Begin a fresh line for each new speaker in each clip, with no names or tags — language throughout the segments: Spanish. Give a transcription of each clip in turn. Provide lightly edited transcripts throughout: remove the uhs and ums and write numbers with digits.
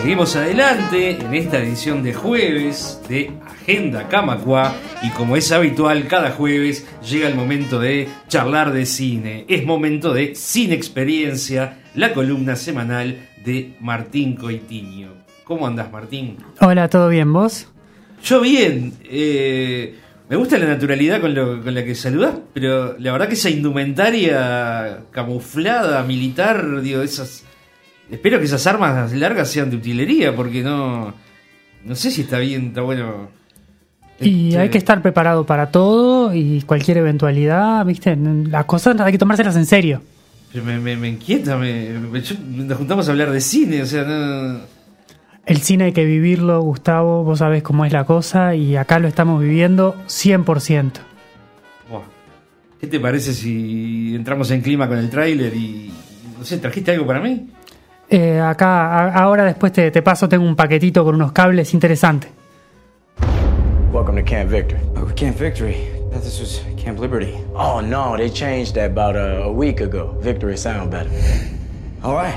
Seguimos adelante en esta edición de jueves de Agenda Camacua y como es habitual cada jueves llega el momento de charlar de cine. Es momento de Cine Experiencia, la columna semanal de Martín Coitiño. ¿Cómo andás, Martín?
Hola, ¿todo bien? ¿Vos?
Yo bien. Me gusta la naturalidad con la que saludás, pero la verdad que esa indumentaria camuflada, militar, digo, espero que esas armas largas sean de utilería, porque no sé si está bien, está bueno.
Y hay que estar preparado para todo y cualquier eventualidad, ¿viste? Las cosas hay que tomárselas en serio.
Me inquieta, nos juntamos a hablar de cine, o sea, no...
El cine hay que vivirlo, Gustavo, vos sabés cómo es la cosa y acá lo estamos viviendo 100%.
Buah. ¿Qué te parece si entramos en clima con el tráiler y, no sé, trajiste algo para mí?
Acá, ahora después te paso, tengo un paquetito con unos cables interesantes.
Welcome to Camp Victory.
Oh, Camp Victory. I thought this was Camp Liberty.
Oh no, they changed that about a week ago. Victory sound better.
All right.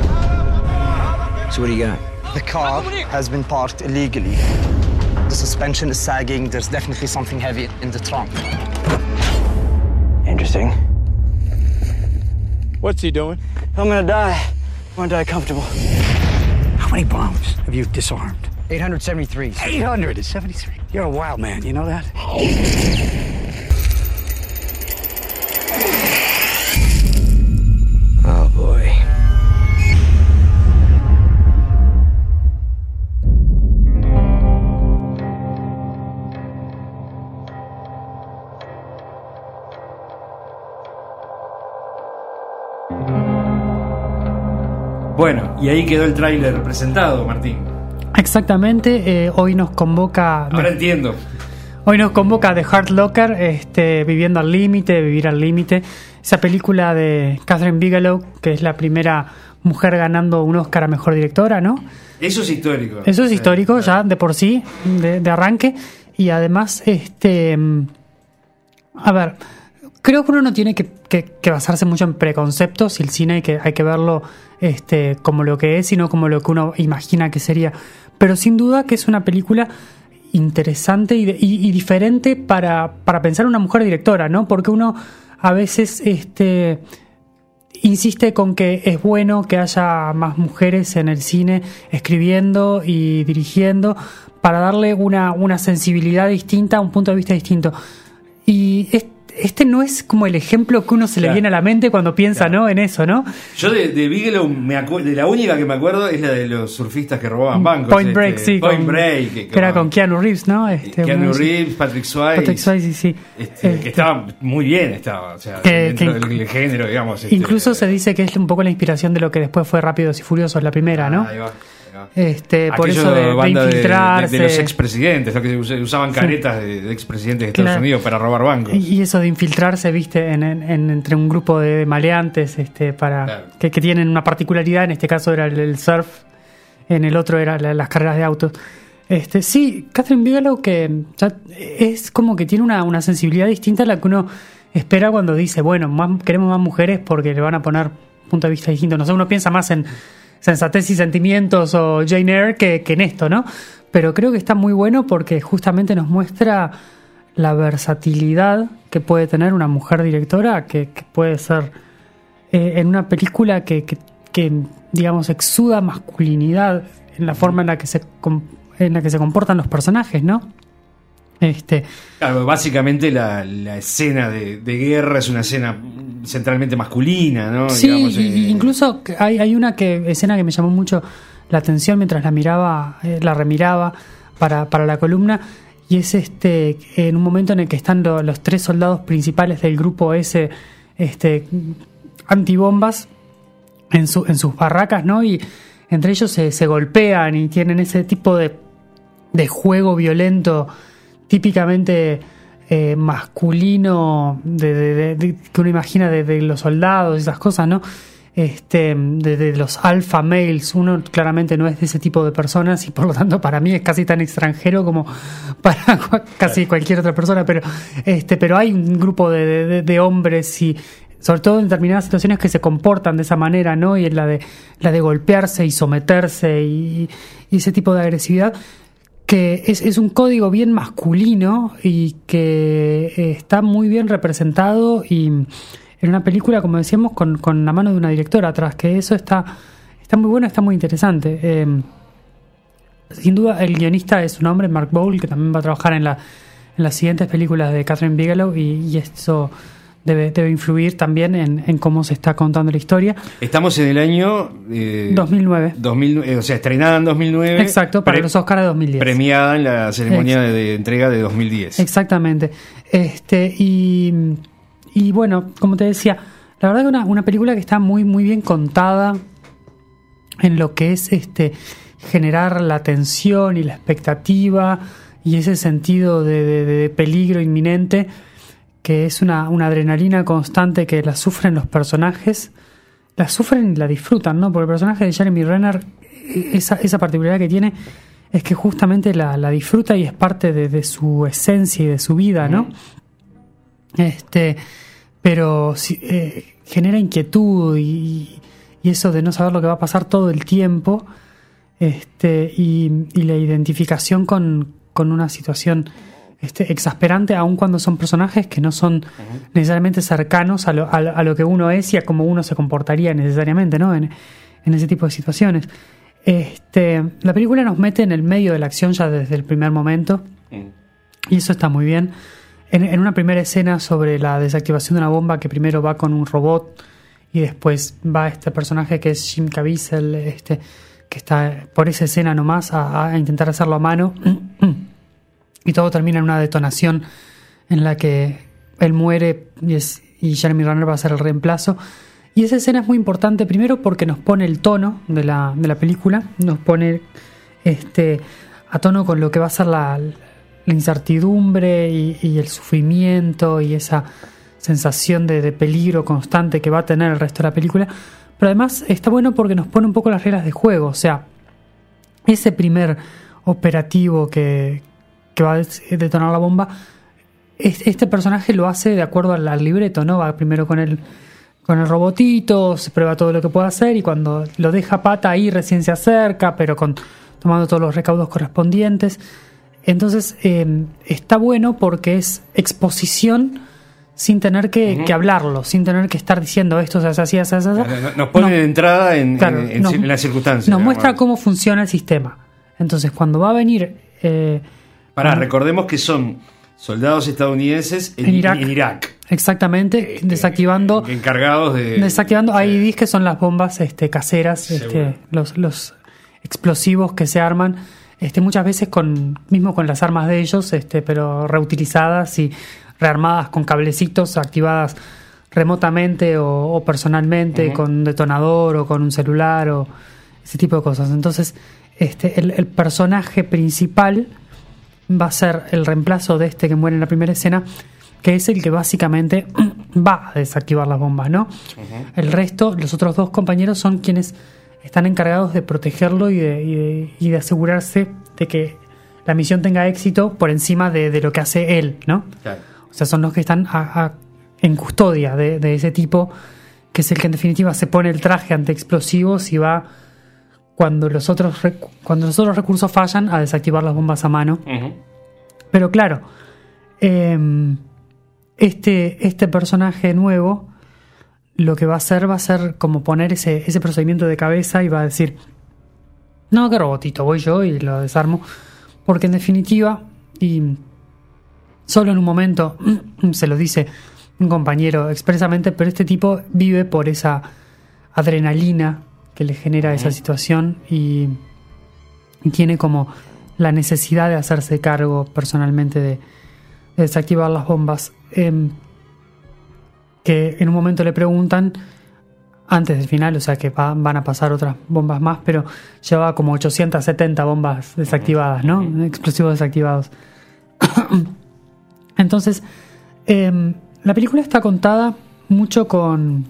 So what do you got?
The car has been parked illegally. The suspension is sagging. There's definitely something heavy in the trunk.
Interesting.
What's he doing?
I'm gonna die. I wanna die comfortable.
How many bombs have you disarmed?
873.
873. You're a wild man, you know that?
Oh boy.
Bueno, y ahí quedó el tráiler presentado, Martín.
Exactamente, hoy nos convoca...
Ahora entiendo.
Hoy nos convoca The Hurt Locker, Viviendo al Límite, Vivir al Límite. Esa película de Catherine Bigelow, que es la primera mujer ganando un Oscar a Mejor Directora, ¿no?
Eso es histórico.
Eso es histórico, ya de por sí, de arranque. Y además, a ver, creo que uno no tiene que basarse mucho en preconceptos y el cine hay que verlo como lo que es, sino como lo que uno imagina que sería. Pero sin duda que es una película interesante y diferente para pensar en una mujer directora, ¿no? Porque uno a veces insiste con que es bueno que haya más mujeres en el cine escribiendo y dirigiendo para darle una sensibilidad distinta, un punto de vista distinto. Y este no es como el ejemplo que uno se le viene a la mente cuando piensa, ¿no? En eso, ¿no?
Yo de Bigelow de la única que me acuerdo es la de los surfistas que robaban bancos.
Point Break, sí.
Point Break.
Que era con Keanu Reeves, ¿no?
Keanu Reeves, Patrick Swayze,
sí.
Que estaba muy bien, o sea, dentro del género, digamos.
Incluso se dice que es un poco la inspiración de lo que después fue Rápidos y Furiosos, la primera, ¿no?
Ahí va.
Por eso de infiltrarse,
de los expresidentes, ¿no? Que usaban caretas de expresidentes de Estados Unidos para robar bancos.
Y eso de infiltrarse, viste, entre un grupo de maleantes, que tienen una particularidad. En este caso era el surf, en el otro era las carreras de autos. Sí, Catherine Bigelow, que ya es como que tiene una sensibilidad distinta a la que uno espera cuando dice, bueno, queremos más mujeres porque le van a poner punto de vista distinto. No sé, uno piensa más en Sensatez y Sentimientos o Jane Eyre que en esto, ¿no? Pero creo que está muy bueno porque justamente nos muestra la versatilidad que puede tener una mujer directora, que puede ser en una película que digamos exuda masculinidad en la forma en la que se comportan los personajes, ¿no?
Claro, básicamente la escena de guerra es una escena centralmente masculina, ¿no?
Sí,
digamos,
incluso hay una escena que me llamó mucho la atención mientras la remiraba para la columna, y es en un momento en el que están los tres soldados principales del grupo ese antibombas en sus barracas, ¿no? Y entre ellos se golpean y tienen ese tipo de juego violento típicamente masculino que uno imagina de los soldados y esas cosas, ¿no? De los alpha males. Uno claramente no es de ese tipo de personas y por lo tanto para mí es casi tan extranjero como para casi cualquier otra persona, pero hay un grupo de hombres y sobre todo en determinadas situaciones que se comportan de esa manera, ¿no? Y en la de golpearse y someterse y ese tipo de agresividad, que es un código bien masculino y que está muy bien representado y en una película, como decíamos, con la mano de una directora atrás, que eso está muy bueno, está muy interesante. Sin duda el guionista es un hombre, Mark Bowl, que también va a trabajar en las siguientes películas de Catherine Bigelow y eso debe influir también en cómo se está contando la historia.
Estamos en el año
2009.
O sea, estrenada en 2009.
Exacto, para los Oscars de 2010.
Premiada en la ceremonia de entrega de 2010.
Exactamente. Y bueno, como te decía, la verdad que una película que está muy, muy bien contada en lo que es generar la tensión y la expectativa y ese sentido de peligro inminente, que es una adrenalina constante que la sufren los personajes, la sufren y la disfrutan, ¿no? Porque el personaje de Jeremy Renner, esa particularidad que tiene es que justamente la disfruta y es parte de su esencia y de su vida, ¿no? Pero genera inquietud y eso de no saber lo que va a pasar todo el tiempo, y la identificación con una situación exasperante, aun cuando son personajes que no son necesariamente cercanos a lo que uno es y a cómo uno se comportaría necesariamente, ¿no? En ese tipo de situaciones. La película nos mete en el medio de la acción ya desde el primer momento, y eso está muy bien. En una primera escena sobre la desactivación de una bomba, que primero va con un robot y después va este personaje que es Jim Caviezel, que está por esa escena nomás a intentar hacerlo a mano. Y todo termina en una detonación en la que él muere y Jeremy Renner va a ser el reemplazo. Y esa escena es muy importante, primero porque nos pone el tono de la película, nos pone a tono con lo que va a ser la incertidumbre y el sufrimiento y esa sensación de peligro constante que va a tener el resto de la película. Pero además está bueno porque nos pone un poco las reglas de juego. O sea, ese primer operativo que va a detonar la bomba, este personaje lo hace de acuerdo al libreto, ¿no? Va primero con el robotito, se prueba todo lo que puede hacer y cuando lo deja pata ahí recién se acerca, pero tomando todos los recaudos correspondientes. Entonces está bueno porque es exposición sin tener que hablarlo, sin tener que estar diciendo esto se hace así, así, así.
Nos pone de entrada en las circunstancias.
Nos muestra cómo funciona el sistema. Entonces cuando va a venir...
recordemos que son soldados estadounidenses en Irak.
Exactamente, desactivando...
encargados de...
Desactivando IEDs, que son las bombas caseras, los explosivos que se arman... muchas veces mismo con las armas de ellos, pero reutilizadas y rearmadas con cablecitos, activadas remotamente o personalmente, con un detonador o con un celular o ese tipo de cosas. Entonces, el personaje principal va a ser el reemplazo de que muere en la primera escena, que es el que básicamente va a desactivar las bombas, ¿no? El resto, los otros dos compañeros son quienes están encargados de protegerlo y de asegurarse de que la misión tenga éxito por encima de lo que hace él, ¿no? Claro. O sea, son los que están en custodia de ese tipo, que es el que en definitiva se pone el traje antiexplosivos y va, cuando los otros recursos fallan, a desactivar las bombas a mano. Pero claro, este personaje nuevo lo que va a ser como poner ese procedimiento de cabeza y va a decir: no, qué robotito, voy yo y lo desarmo. Porque en definitiva, y solo en un momento se lo dice un compañero expresamente, pero este tipo vive por esa adrenalina que le genera esa situación y tiene como la necesidad de hacerse cargo personalmente de desactivar las bombas. Que en un momento le preguntan, antes del final, o sea que van a pasar otras bombas más, pero llevaba como 870 bombas desactivadas, ¿no? Explosivos desactivados. Entonces, la película está contada mucho con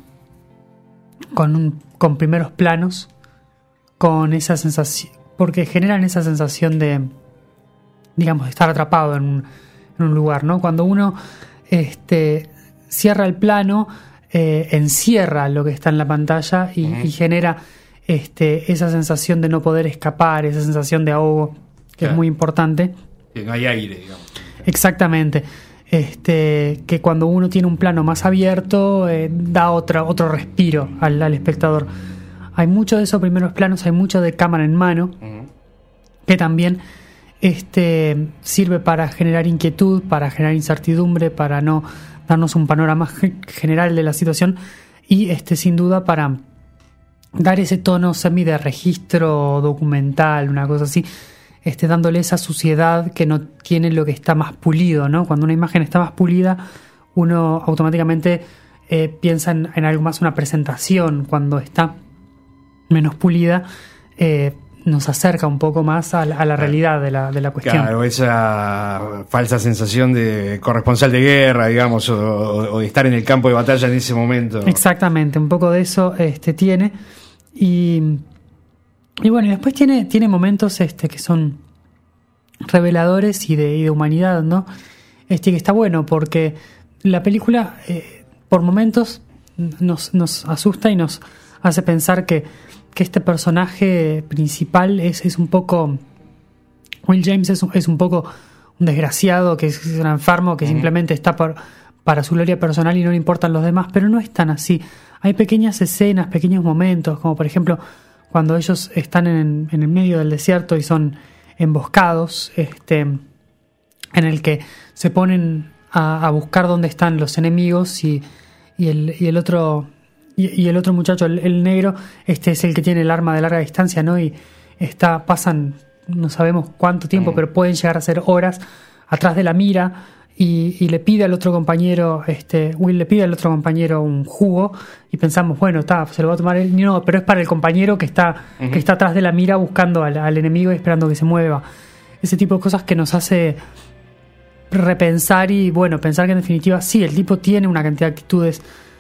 primeros planos, con esa sensación, porque generan esa sensación de, digamos, de estar atrapado en un lugar, ¿no? Cuando uno cierra el plano, encierra lo que está en la pantalla y genera esa sensación de no poder escapar, esa sensación de ahogo, que es muy importante.
Que no hay aire, digamos.
Exactamente. Que cuando uno tiene un plano más abierto, da otro respiro al espectador. Hay mucho de esos primeros planos, hay mucho de cámara en mano, que también sirve para generar inquietud, para generar incertidumbre, para no darnos un panorama general de la situación y sin duda para dar ese tono semi de registro documental, una cosa así, dándole esa suciedad que no tiene lo que está más pulido, ¿no? Cuando una imagen está más pulida, uno automáticamente piensa en algo más, una presentación. Cuando está menos pulida, nos acerca un poco más a la realidad de la cuestión.
Claro, esa falsa sensación de corresponsal de guerra, digamos, o de estar en el campo de batalla en ese momento.
Exactamente, un poco de eso tiene. Y bueno, y después tiene momentos que son reveladores y de humanidad, ¿no? Que está bueno porque la película por momentos nos asusta y nos hace pensar que este personaje principal es un poco... Will James es un poco un desgraciado, que es un enfermo, que simplemente está para su gloria personal y no le importan los demás, pero no es tan así. Hay pequeñas escenas, pequeños momentos, como por ejemplo cuando ellos están en el medio del desierto y son emboscados, en el que se ponen a buscar dónde están los enemigos y el otro muchacho, el negro, es el que tiene el arma de larga distancia, ¿no? Y pasan no sabemos cuánto tiempo, pero pueden llegar a ser horas atrás de la mira y le pide al otro compañero, Will le pide al otro compañero un jugo y pensamos, bueno, se lo va a tomar él. No, pero es para el compañero que está atrás de la mira buscando al enemigo y esperando que se mueva. Ese tipo de cosas que nos hace repensar y, bueno, pensar que en definitiva sí, el tipo tiene una cantidad de actitudes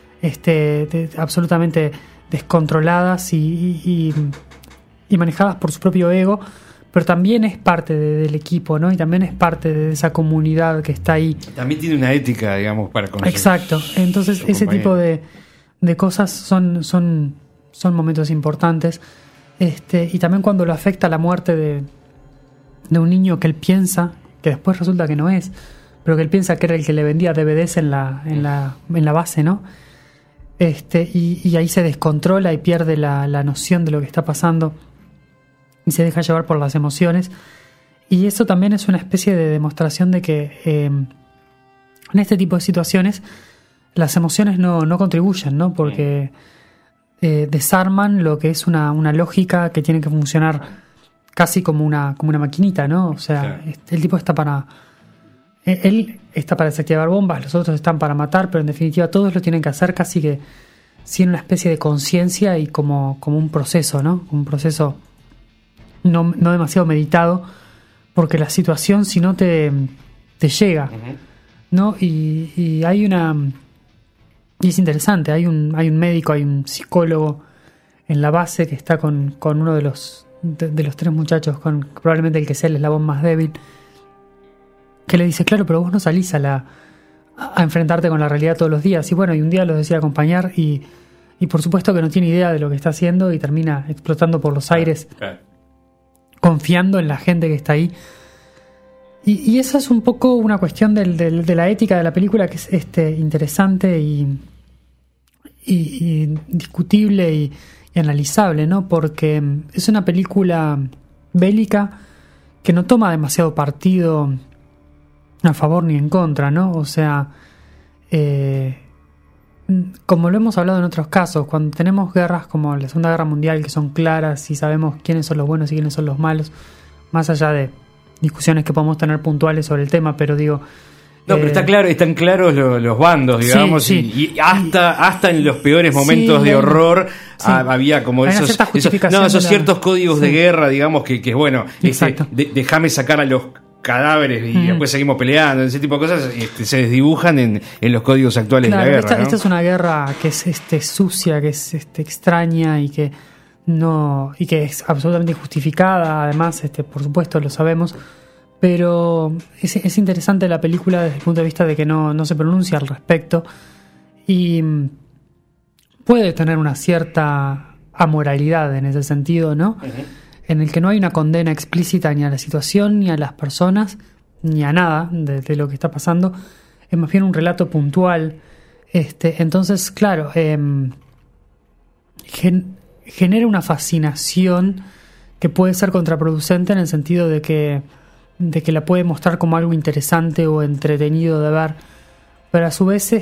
absolutamente descontroladas y manejadas por su propio ego, pero también es parte del equipo, ¿no? Y también es parte de esa comunidad que está ahí.
También tiene una ética, digamos, para conocer.
Exacto. Entonces ese tipo de cosas son momentos importantes. Y también cuando lo afecta la muerte de un niño que él piensa, que después resulta que no es, pero que él piensa que era el que le vendía DVDs en la base, ¿no? Y ahí se descontrola y pierde la noción de lo que está pasando y se deja llevar por las emociones. Y eso también es una especie de demostración de que en este tipo de situaciones las emociones no contribuyen, ¿no? Porque desarman lo que es una lógica que tiene que funcionar casi como una maquinita, ¿no? O sea, claro. El tipo está para... Él está para desactivar bombas, los otros están para matar, pero en definitiva todos lo tienen que hacer casi que sin una especie de conciencia y como un proceso, ¿no? Un proceso no demasiado meditado, porque la situación si no te llega, ¿no? Y hay y es interesante, hay un médico, hay un psicólogo en la base que está con uno de los tres muchachos, con probablemente el que sea el eslabón más débil, que le dice, claro, pero vos no salís a enfrentarte con la realidad todos los días. Y bueno, y un día los decide acompañar y por supuesto que no tiene idea de lo que está haciendo y termina explotando por los aires, confiando en la gente que está ahí. Y esa es un poco una cuestión de la ética de la película que es interesante y discutible y analizable, ¿no? Porque es una película bélica que no toma demasiado partido a favor ni en contra, ¿no? O sea, como lo hemos hablado en otros casos, cuando tenemos guerras como la Segunda Guerra Mundial, que son claras y sabemos quiénes son los buenos y quiénes son los malos, más allá de discusiones que podemos tener puntuales sobre el tema, pero digo...
No, pero están claros los bandos, digamos, sí. Y hasta en los peores momentos de horror había como esos ciertos códigos de guerra, digamos, que bueno, déjame sacar a los cadáveres y después seguimos peleando, ese tipo de cosas se desdibujan en los códigos actuales de la guerra.
Esta es una guerra que es sucia, que es extraña y que es absolutamente injustificada, además, por supuesto lo sabemos. Pero es interesante la película desde el punto de vista de que no se pronuncia al respecto y puede tener una cierta amoralidad en ese sentido, ¿no? En el que no hay una condena explícita ni a la situación, ni a las personas, ni a nada de lo que está pasando. Es más bien un relato puntual. Entonces, claro, genera una fascinación que puede ser contraproducente en el sentido de que la puede mostrar como algo interesante o entretenido de ver, pero a su vez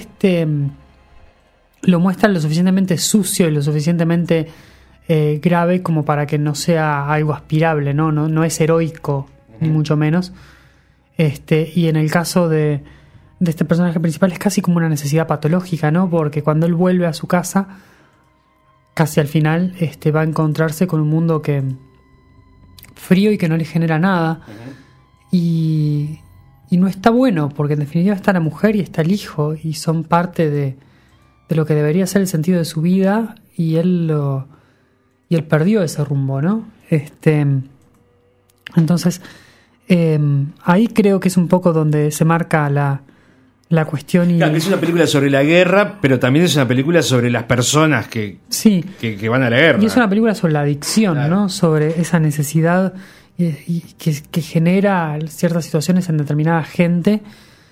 lo muestra lo suficientemente sucio y lo suficientemente grave como para que no sea algo aspirable, no es heroico, ni mucho menos. Y en el caso de este personaje principal es casi como una necesidad patológica, ¿no? Porque cuando él vuelve a su casa, casi al final, va a encontrarse con un mundo frío y que no le genera nada. Y no está bueno, porque en definitiva está la mujer y está el hijo, y son parte de lo que debería ser el sentido de su vida, y él perdió ese rumbo, ¿no? Entonces, ahí creo que es un poco donde se marca la cuestión.
Claro, que es una película sobre la guerra, pero también es una película sobre las personas que van a la guerra.
Y es una película sobre la adicción, claro, ¿no? Sobre esa necesidad y que genera ciertas situaciones en determinada gente,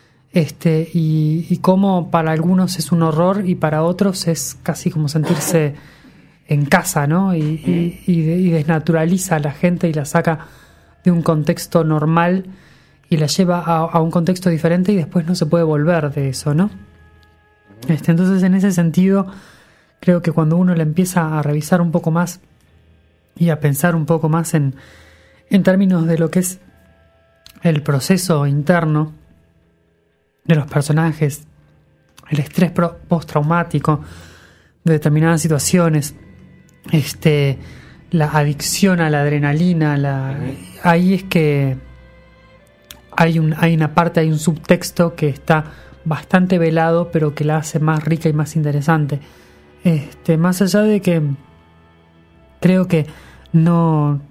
y cómo para algunos es un horror y para otros es casi como sentirse en casa, ¿no? Y desnaturaliza a la gente y la saca de un contexto normal y la lleva a un contexto diferente, y después no se puede volver de eso, ¿no? Entonces, en ese sentido, creo que cuando uno le empieza a revisar un poco más y a pensar un poco más en términos de lo que es el proceso interno de los personajes, el estrés postraumático de determinadas situaciones, la adicción a la adrenalina, ahí es que hay una parte, hay un subtexto que está bastante velado, pero que la hace más rica y más interesante. Más allá de que creo que no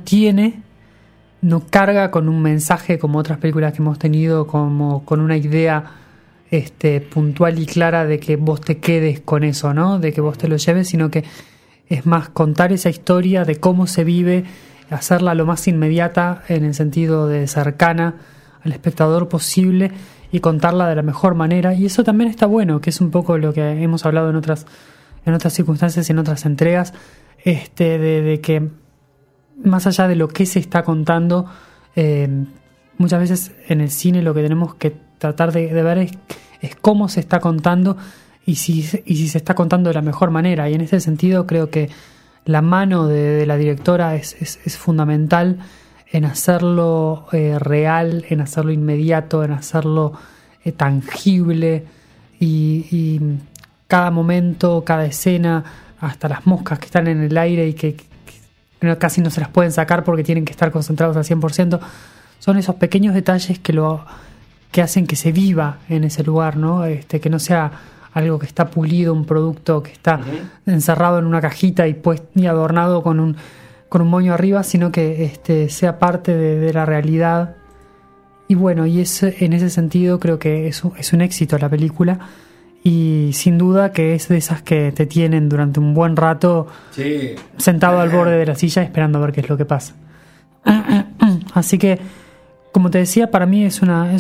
carga con un mensaje como otras películas que hemos tenido, como con una idea puntual y clara de que vos te quedes con eso, ¿no? De que vos te lo lleves, sino que es más contar esa historia de cómo se vive, hacerla lo más inmediata en el sentido de cercana al espectador posible y contarla de la mejor manera. Y eso también está bueno, que es un poco lo que hemos hablado en otras circunstancias y en otras entregas, de que más allá de lo que se está contando, muchas veces en el cine lo que tenemos que tratar de ver es cómo se está contando y si se está contando de la mejor manera. Y en ese sentido creo que la mano de la directora es fundamental en hacerlo real, en hacerlo inmediato, en hacerlo tangible, y cada momento, cada escena, hasta las moscas que están en el aire y que casi no se las pueden sacar porque tienen que estar concentrados al 100%, son esos pequeños detalles que hacen que se viva en ese lugar, ¿no? Que no sea algo que está pulido, un producto que está encerrado en una cajita y adornado con un moño arriba, sino que sea parte de la realidad. Y bueno, en ese sentido creo que es un éxito la película, y sin duda que es de esas que te tienen durante un buen rato sentado al borde de la silla esperando a ver qué es lo que pasa. Así que, como te decía, para mí es una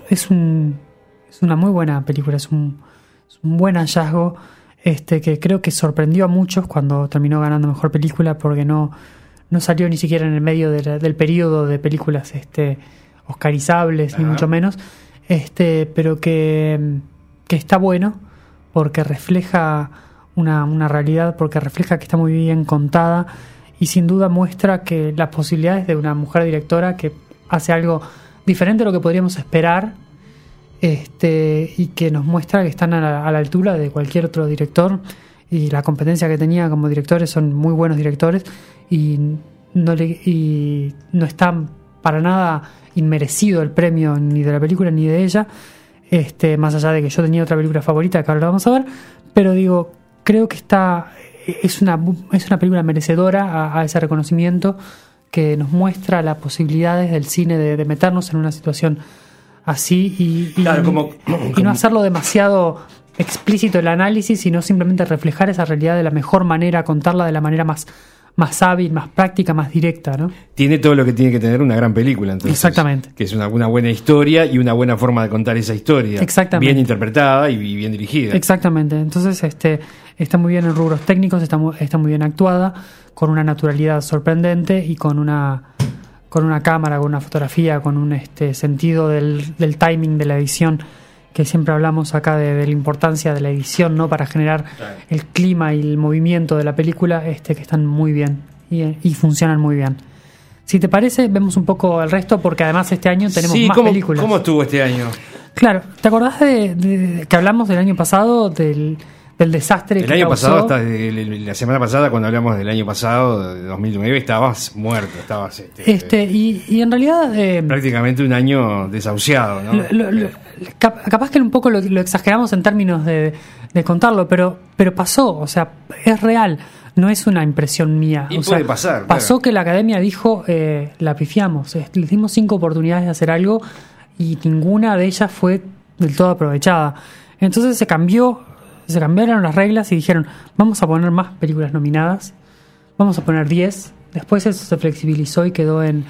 muy buena película, es un buen hallazgo, que creo que sorprendió a muchos cuando terminó ganando mejor película, porque no salió ni siquiera en el medio del periodo de películas oscarizables, ni mucho menos, pero que está bueno porque refleja una realidad, porque refleja que está muy bien contada, y sin duda muestra que las posibilidades de una mujer directora que hace algo diferente a lo que podríamos esperar, y que nos muestra que están a la altura de cualquier otro director, y la competencia que tenía como directores, son muy buenos directores, y no está para nada inmerecido el premio ni de la película ni de ella, más allá de que yo tenía otra película favorita que ahora la vamos a ver, pero digo, creo que es una película merecedora a ese reconocimiento, que nos muestra las posibilidades del cine de meternos en una situación así y no hacerlo demasiado explícito el análisis, sino simplemente reflejar esa realidad de la mejor manera, contarla de la manera más hábil, más práctica, más directa, ¿no?
Tiene todo lo que tiene que tener una gran película, entonces.
Exactamente.
Que es una buena historia y una buena forma de contar esa historia.
Exactamente.
Bien interpretada y bien dirigida.
Exactamente. Entonces, está muy bien en rubros técnicos, está muy bien actuada, con una naturalidad sorprendente y con una cámara, con una fotografía, con un sentido del timing de la edición, que siempre hablamos acá de la importancia de la edición, ¿no? Para generar el clima y el movimiento de la película, que están muy bien y funcionan muy bien. Si te parece, vemos un poco el resto, porque además este año tenemos más películas.
¿Cómo estuvo este año?
Claro, ¿te acordás de que hablamos del año pasado, del desastre que
año
causó?
Pasado, hasta la semana pasada, cuando hablamos del año pasado, de 2009, estabas muerto, estabas...
y en realidad...
prácticamente un año desahuciado, ¿no?
Capaz que un poco lo exageramos en términos de contarlo, pero pasó, o sea, es real, no es una impresión mía.
Y puede pasar.
Pasó que la academia dijo, la pifiamos, les dimos 5 oportunidades de hacer algo y ninguna de ellas fue del todo aprovechada. Entonces se cambiaron las reglas y dijeron, vamos a poner más películas nominadas, vamos a poner 10. Después eso se flexibilizó y quedó en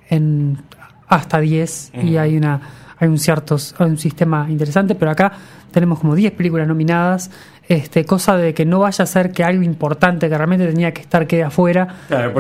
hasta 10 y hay un sistema interesante, pero acá tenemos como 10 películas nominadas, cosa de que no vaya a ser que algo importante que realmente tenía que estar quede afuera,
claro,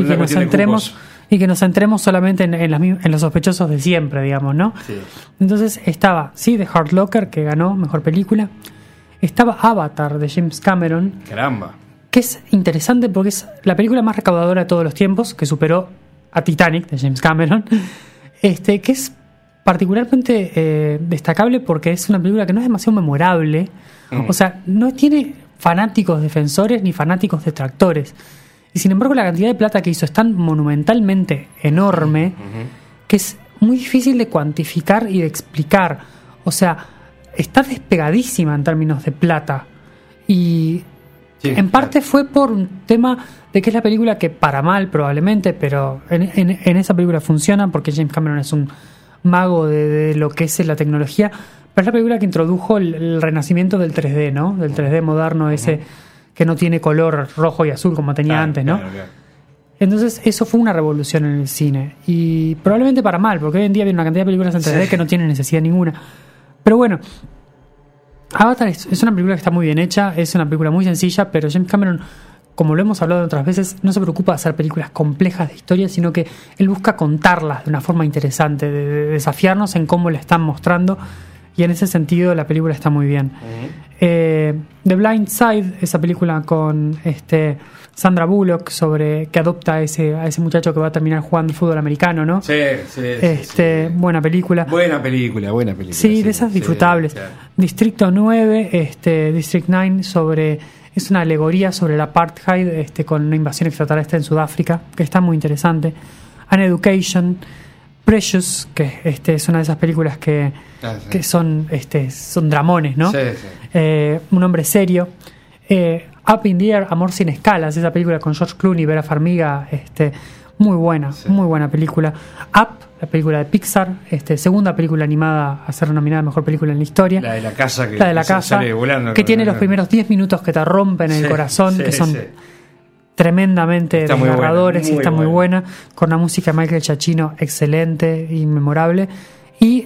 y que nos centremos solamente en los sospechosos de siempre, digamos, ¿no?
Sí.
Entonces estaba, The Hurt Locker, que ganó mejor película. Estaba Avatar, de James Cameron.
Caramba.
Que es interesante porque es la película más recaudadora de todos los tiempos, que superó a Titanic, de James Cameron. Que es particularmente destacable porque es una película que no es demasiado memorable. O sea, no tiene fanáticos defensores ni fanáticos detractores. Y sin embargo, la cantidad de plata que hizo es tan monumentalmente enorme que es muy difícil de cuantificar y de explicar. O sea, está despegadísima en términos de plata. Y en parte fue por un tema de que es la película que, para mal probablemente, pero en esa película funciona porque James Cameron es un mago de lo que es la tecnología, pero es la película que introdujo el renacimiento del 3D, ¿no? Del 3D moderno, ese que no tiene color rojo y azul como tenía antes, ¿no? Claro. Entonces eso fue una revolución en el cine, y probablemente para mal, porque hoy en día hay una cantidad de películas en 3D que no tienen necesidad ninguna. Pero bueno, Avatar es una película que está muy bien hecha, es una película muy sencilla, pero James Cameron, como lo hemos hablado otras veces, no se preocupa de hacer películas complejas de historia, sino que él busca contarlas de una forma interesante, de desafiarnos en cómo la están mostrando, y en ese sentido la película está muy bien. The Blind Side, esa película con Sandra Bullock, que adopta a ese muchacho que va a terminar jugando fútbol americano, ¿no?
Sí.
Buena película.
Buena película.
Sí, de esas disfrutables.
Claro.
Distrito 9, District 9, es una alegoría sobre el apartheid, con una invasión extraterrestre en Sudáfrica, que está muy interesante. An Education, Precious, que es una de esas películas que son dramones, ¿no?
Sí.
Un hombre serio. Up in the Air, Amor sin escalas, esa película con George Clooney y Vera Farmiga, muy buena película. Up, la película de Pixar, segunda película animada a ser nominada a mejor película en la historia.
La de la casa que
sale volando, que tiene los primeros 10 minutos que te rompen el corazón, que son tremendamente desgarradores, está muy buena, con una música de Michael Giacchino excelente y memorable. Y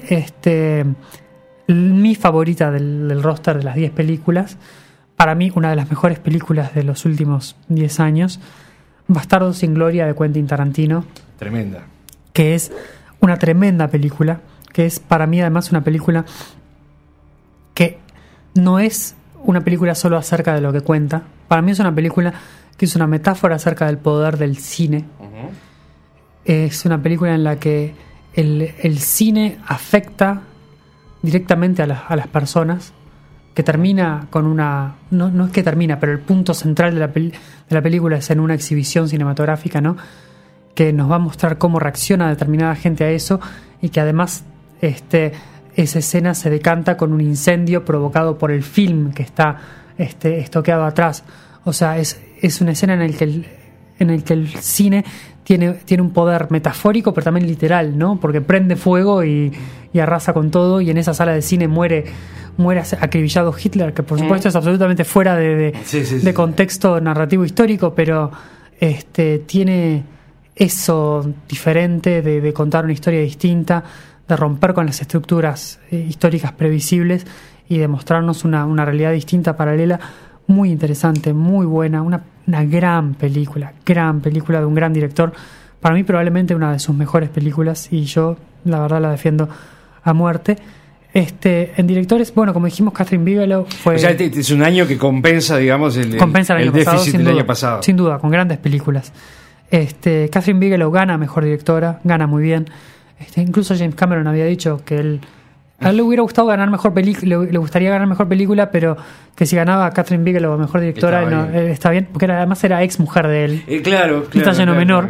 mi favorita del roster de las 10 películas, para mí una de las mejores películas de los últimos 10 años, Bastardos sin Gloria, de Quentin Tarantino.
Tremenda.
Que es una tremenda película, que es para mí además una película que no es una película solo acerca de lo que cuenta. Para mí es una película que es una metáfora acerca del poder del cine. Es una película en la que el cine afecta directamente a las personas, que termina con una... No es que termina, pero el punto central de la película es en una exhibición cinematográfica, ¿no? Que nos va a mostrar cómo reacciona determinada gente a eso, y que además esa escena se decanta con un incendio provocado por el film que está estoqueado atrás. O sea, es una escena en el que el cine tiene un poder metafórico, pero también literal, ¿no? Porque prende fuego y arrasa con todo, y en esa sala de cine muere muere acribillado Hitler, que por supuesto es absolutamente fuera de contexto narrativo histórico, pero tiene eso diferente de contar una historia distinta, de romper con las estructuras históricas previsibles y de mostrarnos una realidad distinta, paralela, muy interesante, muy buena, una gran película de un gran director. Para mí probablemente una de sus mejores películas, y yo la verdad la defiendo a muerte. En directores, bueno, como dijimos, Catherine Bigelow fue...
O sea, es un año que compensa, digamos, el déficit del año pasado.
Sin duda, con grandes películas. Catherine Bigelow gana mejor directora, gana muy bien. Incluso James Cameron había dicho que a él le hubiera gustado ganar mejor película, le gustaría ganar mejor película, pero que si ganaba Catherine Bigelow a mejor directora, está bien, porque además era ex mujer de él.
Claro.
Lleno menor.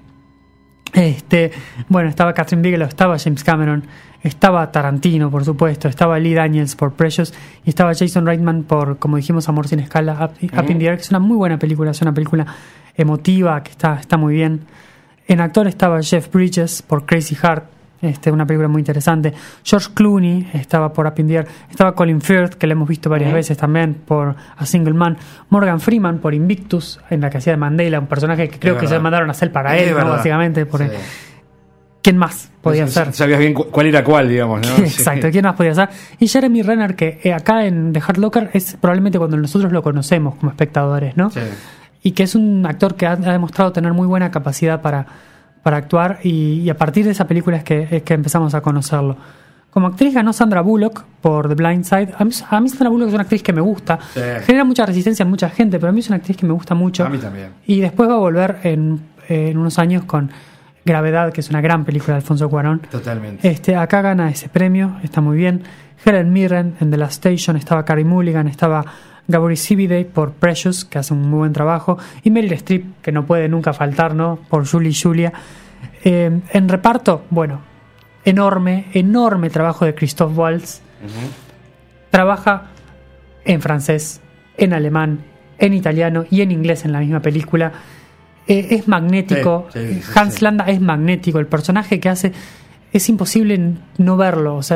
Bueno, estaba Catherine Bigelow, estaba James Cameron, estaba Tarantino, por supuesto, estaba Lee Daniels por Precious y estaba Jason Reitman por, como dijimos, Amor sin escala, Up in the Air, que es una muy buena película, es una película emotiva que está muy bien. En actor estaba Jeff Bridges por Crazy Heart, una película muy interesante. George Clooney estaba por Up in the Air. Estaba Colin Firth, que lo hemos visto varias veces también, por A Single Man. Morgan Freeman por Invictus, en la que hacía de Mandela, un personaje que creo que se mandaron a hacer para él, ¿no? Básicamente. ¿Quién más podía ser?
Sabías bien cuál era cuál, digamos, ¿no?
Exacto, ¿quién más podía ser? Y Jeremy Renner, que acá en The Hurt Locker es probablemente cuando nosotros lo conocemos como espectadores, ¿no? Sí. Y que es un actor que ha demostrado tener muy buena capacidad para actuar, y a partir de esa película es que empezamos a conocerlo. Como actriz ganó Sandra Bullock por The Blind Side. A mí Sandra Bullock es una actriz que me gusta. Sí. Genera mucha resistencia en mucha gente, pero a mí es una actriz que me gusta mucho.
A mí también.
Y después va a volver en unos años con Gravedad, que es una gran película de Alfonso Cuarón.
Totalmente.
Acá gana ese premio, está muy bien. Helen Mirren en The Last Station, estaba Carey Mulligan, estaba Gabor Sidibe por Precious, que hace un muy buen trabajo, y Meryl Streep, que no puede nunca faltar, ¿no? Por Julie y Julia. En reparto, bueno, enorme trabajo de Christoph Waltz. Trabaja en francés, en alemán, en italiano y en inglés en la misma película. Es magnético. Hans Landa es magnético. El personaje que hace es imposible no verlo. O sea,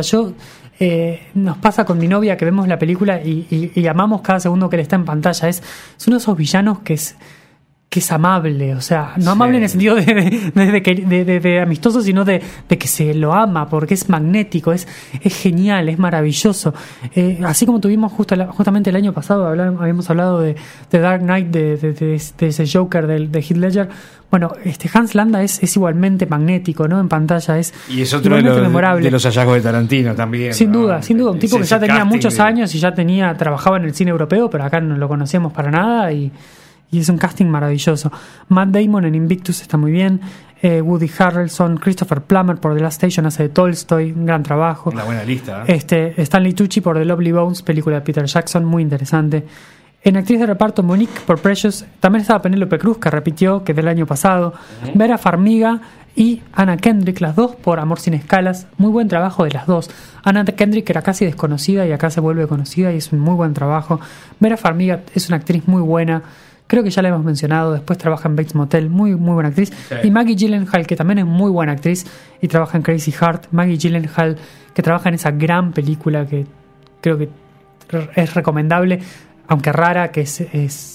nos pasa con mi novia que vemos la película y amamos cada segundo que él está en pantalla. Es uno de esos villanos que es amable, o sea, no amable en el sentido de amistoso, sino de que se lo ama, porque es magnético, es genial, es maravilloso. Así como tuvimos justamente el año pasado, habíamos hablado de Dark Knight, de ese Joker de Heath Ledger. Bueno, Hans Landa es igualmente magnético, ¿no? En pantalla
y es otro de los hallazgos de Tarantino también.
Sin duda, un tipo que ya tenía muchos años y ya trabajaba en el cine europeo, pero acá no lo conocíamos para nada y es un casting maravilloso. Matt Damon en Invictus está muy bien. Woody Harrelson, Christopher Plummer por The Last Station hace de Tolstoy, un gran trabajo.
Una buena lista.
Stanley Tucci por The Lovely Bones, película de Peter Jackson, muy interesante. En actriz de reparto, Monique por Precious. También estaba Penélope Cruz, que repitió, que del año pasado. Vera Farmiga y Anna Kendrick, las dos por Amor sin escalas. Muy buen trabajo de las dos. Anna Kendrick era casi desconocida y acá se vuelve conocida y es un muy buen trabajo. Vera Farmiga es una actriz muy buena. Creo que ya la hemos mencionado. Después trabaja en Bates Motel, muy buena actriz. Sí. Y Maggie Gyllenhaal, que también es muy buena actriz y trabaja en Crazy Heart. Maggie Gyllenhaal, que trabaja en esa gran película que creo que es recomendable, aunque rara, que es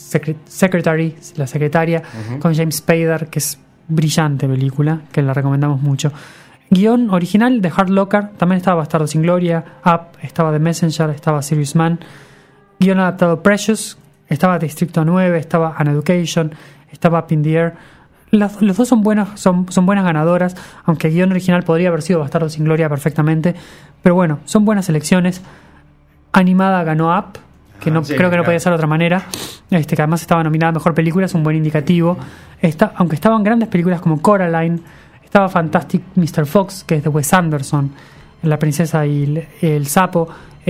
Secretary, la secretaria, con James Spader, que es brillante película, que la recomendamos mucho. Guión original de Hurt Locker, también estaba Bastardo sin Gloria, Up, estaba The Messenger, estaba Serious Man. Guión adaptado Precious, estaba Distrito 9, estaba An Education, estaba Up in the Air. Los dos son buenas ganadoras, aunque el guión original podría haber sido Bastardo sin Gloria perfectamente, pero bueno, son buenas elecciones. Animada ganó Up, que creo que no podía ser de otra manera, que además estaba nominada a Mejor Película, es un buen indicativo. Aunque estaban grandes películas como Coraline, estaba Fantastic Mr. Fox, que es de Wes Anderson, La princesa y el sapo,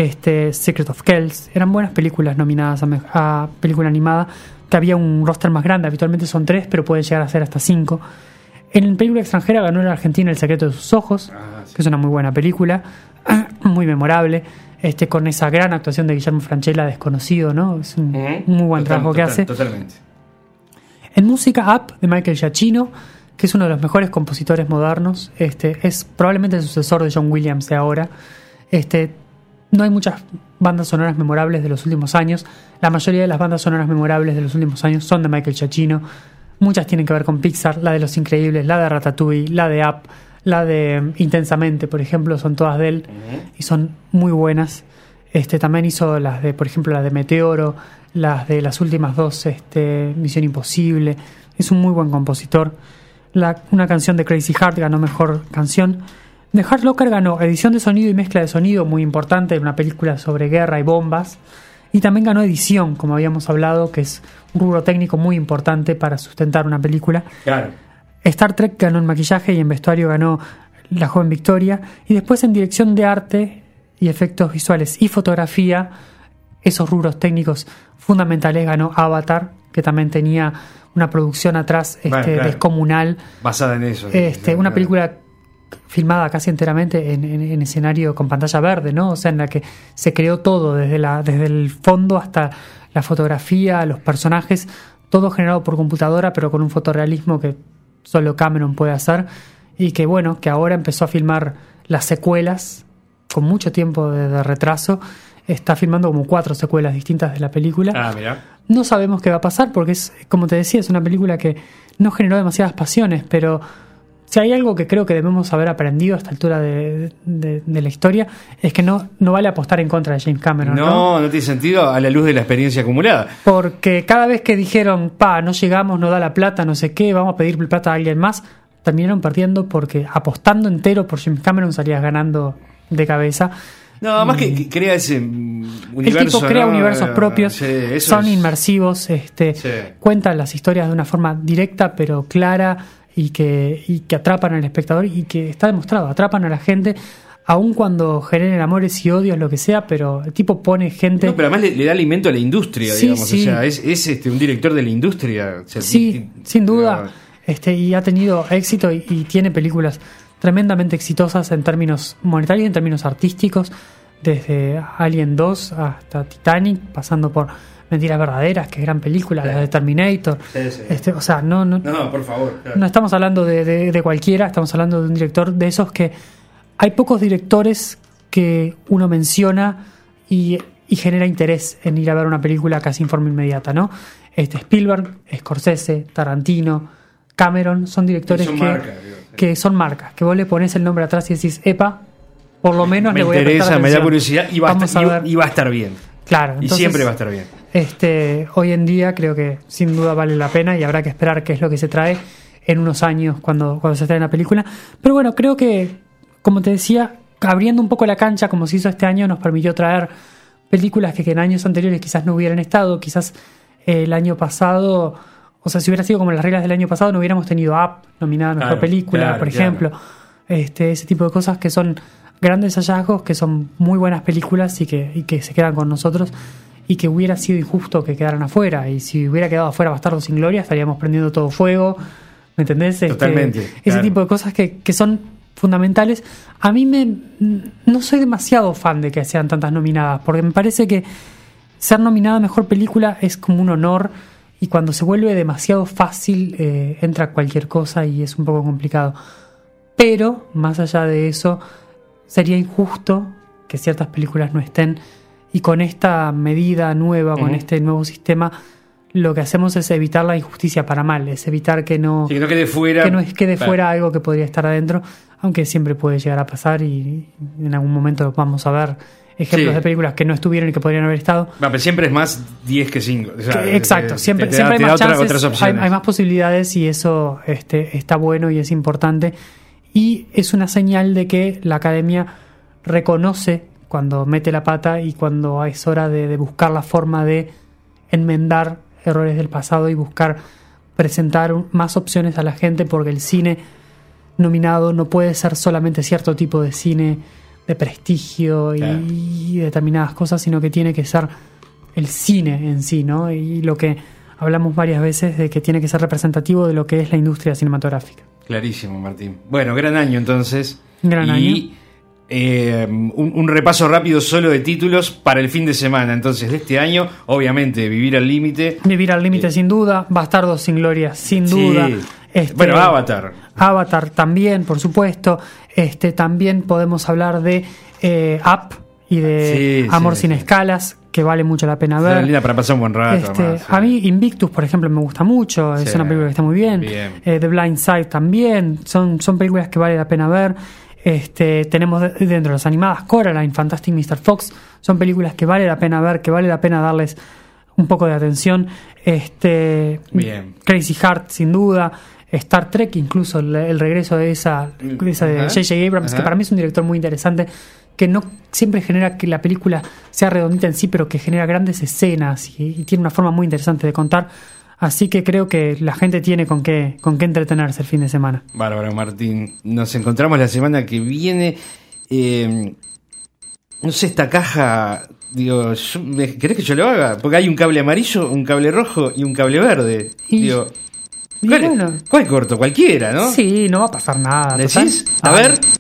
Secret of Kells. Eran buenas películas nominadas a película animada, que había un roster más grande, habitualmente son 3, pero pueden llegar a ser hasta 5. En película extranjera ganó en Argentina El secreto de sus ojos, que es una muy buena película, muy memorable, con esa gran actuación de Guillermo Francella, Desconocido, ¿no? Es un muy buen trabajo que hace.
Totalmente.
En música, Up, de Michael Giacchino, que es uno de los mejores compositores modernos. Es probablemente el sucesor de John Williams de ahora. no hay muchas bandas sonoras memorables de los últimos años. La mayoría de las bandas sonoras memorables de los últimos años son de Michael Giacchino. Muchas tienen que ver con Pixar, la de Los Increíbles, la de Ratatouille, la de Up, la de Intensamente, por ejemplo, son todas de él y son muy buenas. También hizo las de, por ejemplo, la de Meteoro, las de las últimas dos, Misión Imposible. Es un muy buen compositor. Una canción de Crazy Heart ganó mejor canción. The Hurt Locker ganó edición de sonido y mezcla de sonido, muy importante, una película sobre guerra y bombas. Y también ganó edición, como habíamos hablado, que es un rubro técnico muy importante para sustentar una película.
Claro.
Star Trek ganó en maquillaje y en vestuario ganó La Joven Victoria. Y después en dirección de arte y efectos visuales y fotografía, esos rubros técnicos fundamentales, ganó Avatar, que también tenía una producción atrás
claro.
descomunal.
Basada en eso.
Una película filmada casi enteramente en escenario con pantalla verde, ¿no? O sea, en la que se creó todo, desde el fondo hasta la fotografía, los personajes, todo generado por computadora, pero con un fotorrealismo que solo Cameron puede hacer, y que bueno, que ahora empezó a filmar las secuelas con mucho tiempo de retraso. Está filmando como 4 secuelas distintas de la película.
Mira.
No sabemos qué va a pasar porque es, como te decía, es una película que no generó demasiadas pasiones, pero si hay algo que creo que debemos haber aprendido a esta altura de la historia, es que no vale apostar en contra de James Cameron.
No tiene sentido a la luz de la experiencia acumulada.
Porque cada vez que dijeron, no llegamos, no da la plata, no sé qué, vamos a pedir plata a alguien más, terminaron perdiendo, porque apostando entero por James Cameron salías ganando de cabeza.
No, además que crea ese universo.
El tipo crea universos propios,
sí,
son inmersivos, cuentan las historias de una forma directa pero clara, y que atrapan al espectador, y que está demostrado, atrapan a la gente aun cuando generen amores y odios, lo que sea, pero el tipo pone gente...
No, pero además le da alimento a la industria,
sí,
digamos,
sí.
O sea, es un director de la industria. O sea,
sí, sin duda, y ha tenido éxito y tiene películas tremendamente exitosas en términos monetarios y en términos artísticos, desde Alien 2 hasta Titanic, pasando por Mentiras Verdaderas, que es gran película, la de Terminator.
Sí.
O sea, no,
por favor. Claro.
No estamos hablando de cualquiera, estamos hablando de un director de esos que... Hay pocos directores que uno menciona y genera interés en ir a ver una película casi en forma inmediata, ¿no? Spielberg, Scorsese, Tarantino, Cameron, son directores que son marcas, que vos le pones el nombre atrás y decís, epa, por lo menos
me
le voy a prestar atención.
Me da curiosidad y va a estar bien.
Claro.
Entonces, y siempre va a estar bien.
Hoy en día creo que sin duda vale la pena, y habrá que esperar qué es lo que se trae en unos años cuando se trae una película. Pero bueno, creo que, como te decía, abriendo un poco la cancha como se hizo este año, nos permitió traer películas que en años anteriores quizás no hubieran estado. Quizás el año pasado, o sea, si hubiera sido como las reglas del año pasado, no hubiéramos tenido Up nominada a Mejor Película, por ejemplo. Ese tipo de cosas que son grandes hallazgos, que son muy buenas películas y que se quedan con nosotros, y que hubiera sido injusto que quedaran afuera. Y si hubiera quedado afuera Bastardos sin Gloria, estaríamos prendiendo todo fuego, ¿me entendés?
Totalmente.
Ese tipo de cosas que son fundamentales. A mí no soy demasiado fan de que sean tantas nominadas, porque me parece que ser nominada a Mejor Película es como un honor, y cuando se vuelve demasiado fácil entra cualquier cosa y es un poco complicado. Pero más allá de eso, sería injusto que ciertas películas no estén, y con esta medida nueva, con este nuevo sistema, lo que hacemos es evitar la injusticia para mal, es evitar que no
quede fuera,
fuera algo que podría estar adentro, aunque siempre puede llegar a pasar, y en algún momento vamos a ver ejemplos de películas que no estuvieron y que podrían haber estado.
Pero siempre es más 10 que 5. O sea,
exacto, siempre hay más chances, hay más posibilidades, y eso está bueno y es importante, y es una señal de que la Academia reconoce cuando mete la pata y cuando es hora de buscar la forma de enmendar errores del pasado y buscar presentar más opciones a la gente, porque el cine nominado no puede ser solamente cierto tipo de cine de prestigio y determinadas cosas, sino que tiene que ser el cine en sí, ¿no? Y lo que hablamos varias veces de que tiene que ser representativo de lo que es la industria cinematográfica.
Clarísimo, Martín. Bueno, gran año entonces.
Gran año.
Un repaso rápido solo de títulos para el fin de semana entonces de este año. Obviamente Vivir al Límite.
Vivir al Límite sin duda. Bastardos sin Gloria sin duda.
Bueno, Avatar
también, por supuesto. También podemos hablar de Up y de Amor sin escalas, que vale mucho la pena ver.
Linda para pasar un buen rato. Además,
a mí Invictus, por ejemplo, me gusta mucho. Es una película que está muy bien. The Blind Side también. Son películas que vale la pena ver. Tenemos dentro de las animadas Coraline, Fantastic Mr. Fox. Son películas que vale la pena ver, que vale la pena darles un poco de atención. Crazy Heart, sin duda. Star Trek, incluso el regreso de esa de J.J. Abrams, que para mí es un director muy interesante, que no siempre genera que la película sea redondita en sí, pero que genera grandes escenas y tiene una forma muy interesante de contar. Así que creo que la gente tiene con qué entretenerse el fin de semana.
Bárbaro, Martín. Nos encontramos la semana que viene. No sé, esta caja... Digo, ¿querés que yo lo haga? Porque hay un cable amarillo, un cable rojo y un cable verde. ¿Cuál corto? Cualquiera, ¿no?
Sí, no va a pasar nada.
¿Decís? A ver...